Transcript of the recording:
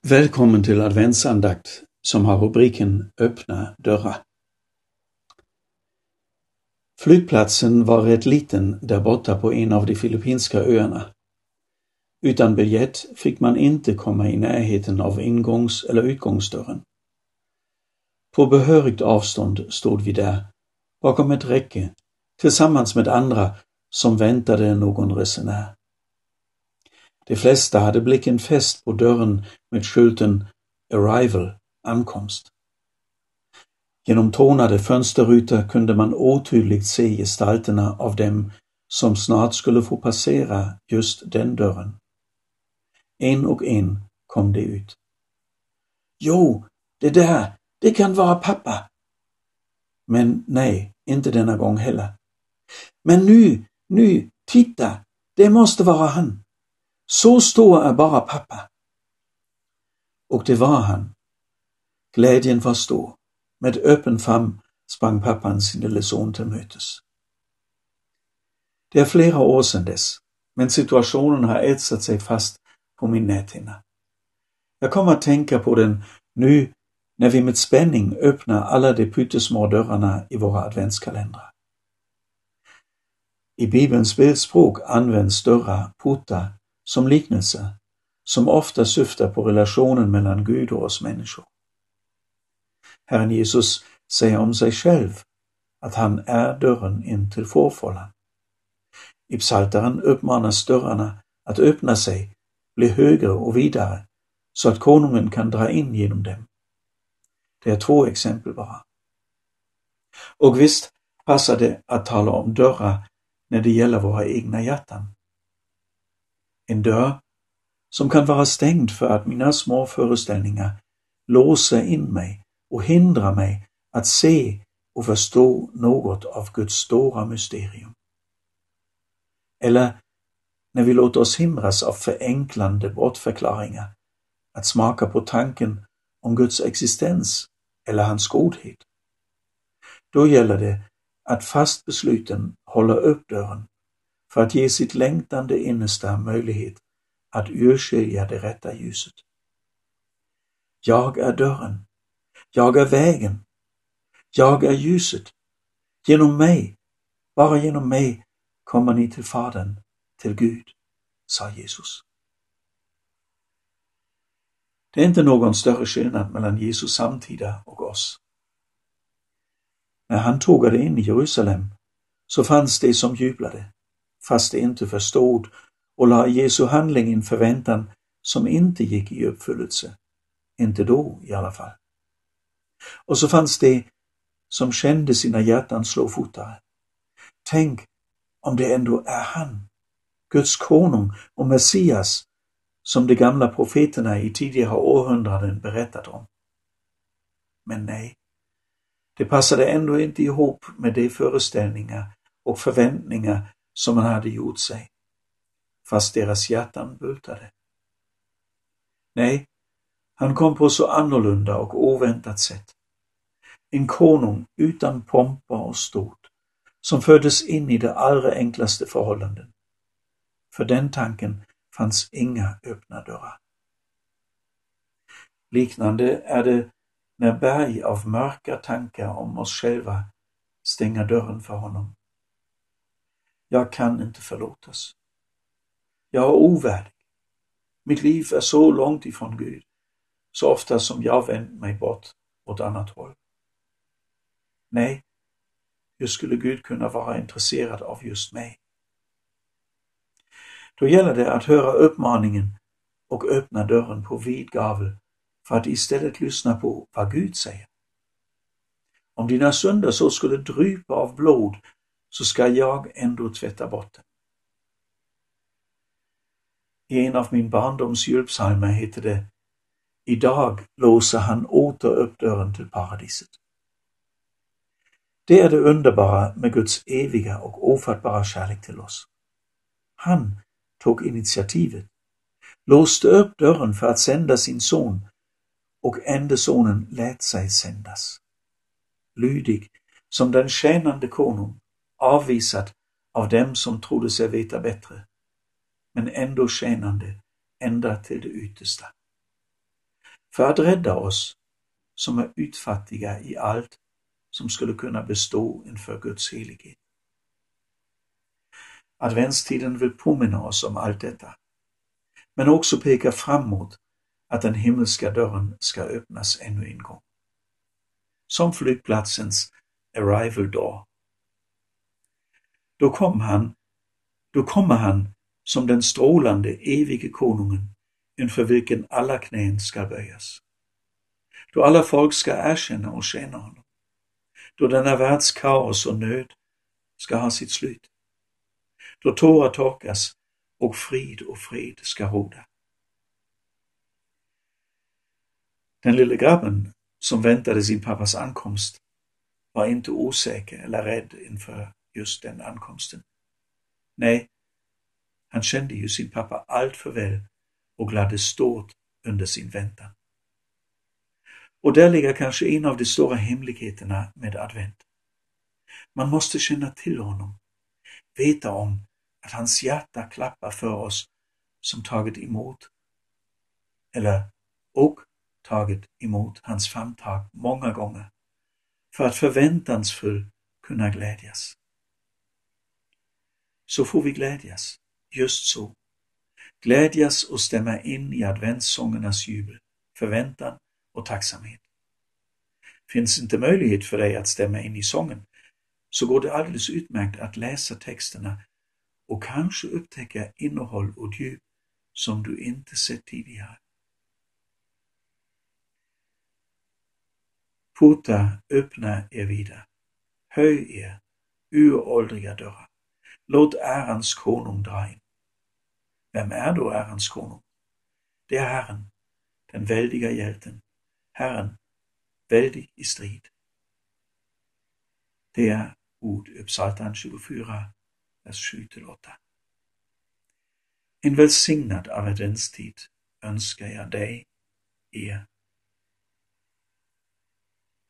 Välkommen till adventsandakt som har rubriken Öppna dörrar. Flygplatsen var rätt liten där borta på en av de filippinska öarna. Utan biljett fick man inte komma i närheten av ingångs- eller utgångsdörren. På behörigt avstånd stod vi där, bakom ett räcke, tillsammans med andra som väntade någon resenär. De flesta hade blicken fäst på dörren med skylten Arrival, ankomst. Genom tonade fönsterrutor kunde man otydligt se gestalterna av dem som snart skulle få passera just den dörren. En och en kom de ut. Jo, det där, det kan vara pappa. Men nej, inte denna gång heller. Men nu, titta, det måste vara han. Så stor är bara pappa. Och det var han. Glädjen var stor. Med öppen famn sprang pappan sin lille son till mötes. Det är flera år sedan dess, men situationen har etsat sig fast på min näthinna. Jag kommer att tänka på den nu när vi med spänning öppnar alla de pyttesmå dörrarna i våra adventskalendrar. I Bibelns bildspråk används dörrar, portar, som liknelser, som ofta syftar på relationen mellan Gud och oss människor. Herren Jesus säger om sig själv att han är dörren in till fårfållan. I psaltaren uppmanas dörrarna att öppna sig, bli högre och vidare, så att konungen kan dra in genom dem. Det är 2 exempel bara. Och visst passar det att tala om dörrar när det gäller våra egna hjärtan. En dörr som kan vara stängd för att mina små föreställningar låser in mig och hindrar mig att se och förstå något av Guds stora mysterium. Eller när vi låter oss hindras av förenklande bortförklaringar att smaka på tanken om Guds existens eller hans godhet. Då gäller det att fast besluten hålla upp dörren för att ge sitt längtande innersta möjlighet att urskilja det rätta ljuset. Jag är dörren. Jag är vägen. Jag är ljuset. Genom mig, bara genom mig, kommer ni till Fadern, till Gud, sa Jesus. Det är inte någon större skillnad mellan Jesus samtida och oss. När han tågade in i Jerusalem så fanns det som jublade, fast de inte förstod och la Jesu handling in förväntan som inte gick i uppfyllelse. Inte då i alla fall. Och så fanns det som kände sina hjärtan slå fortare. Tänk om det ändå är han, Guds konung och Messias, som de gamla profeterna i tidigare århundraden berättat om. Men nej, det passade ändå inte ihop med de föreställningar och förväntningar som man hade gjort sig, fast deras hjärtan bultade. Nej, han kom på så annorlunda och oväntat sätt. En konung utan pompa och stort, som föddes in i de allra enklaste förhållanden. För den tanken fanns inga öppna dörrar. Liknande är det när berg av mörka tankar om oss själva stänger dörren för honom. Jag kan inte förlåtas. Jag är ovärdig. Mitt liv är så långt ifrån Gud, så ofta som jag vänt mig bort åt annat håll. Nej, hur skulle Gud kunna vara intresserad av just mig? Då gäller det att höra uppmaningen och öppna dörren på vid gavel för att istället lyssna på vad Gud säger. Om dina synder så skulle drypa av blod, så ska jag ändå tvätta bort dem. I en av min barndoms julpsalmer heter det: Idag låser han åter upp dörren till paradiset. Det är det underbara med Guds eviga och ofattbara kärlek till oss. Han tog initiativet, låste upp dörren för att sända sin son, och ende sonen lät sig sändas. Lydig som den tjänande konung, avvisad av dem som trodde sig veta bättre, men ändå tjänande ända till det yttersta. för att rädda oss som är utfattiga i allt som skulle kunna bestå inför Guds helighet. Adventstiden vill påminna oss om allt detta, men också peka framåt att den himmelska dörren ska öppnas ännu en gång. Som flygplatsens arrival door. Då kommer han som den strålande evige konungen inför vilken alla knän ska böjas. Då alla folk ska erkänna och tjäna honom. Då denna världs kaos och nöd ska ha sitt slut. Då tårar torkas och fred ska råda. Den lille grabben som väntade sin pappas ankomst var inte osäker eller rädd inför just den ankomsten. Nej, han kände ju sin pappa allt för väl och gladde stort under sin väntan. Och där ligger kanske en av de stora hemligheterna med advent. Man måste känna till honom, veta om att hans hjärta klappar för oss som tagit emot hans famntag många gånger för att förväntansfull kunna glädjas. Så får vi glädjas, just så. Glädjas och stämma in i adventssångernas jubel, förväntan och tacksamhet. Finns inte möjlighet för dig att stämma in i sången, så går det alldeles utmärkt att läsa texterna och kanske upptäcka innehåll och djup som du inte sett tidigare. Portar, öppna er vida. Höj er, uråldriga dörrar. Låt ärans konung dra in. Vem är då ärans konung? Det är Herren, den väldiga hjälten. Herren, väldig i strid. Det är ord i Psaltaren 24, vers 7-8. En välsignad adventstid önskar jag dig, er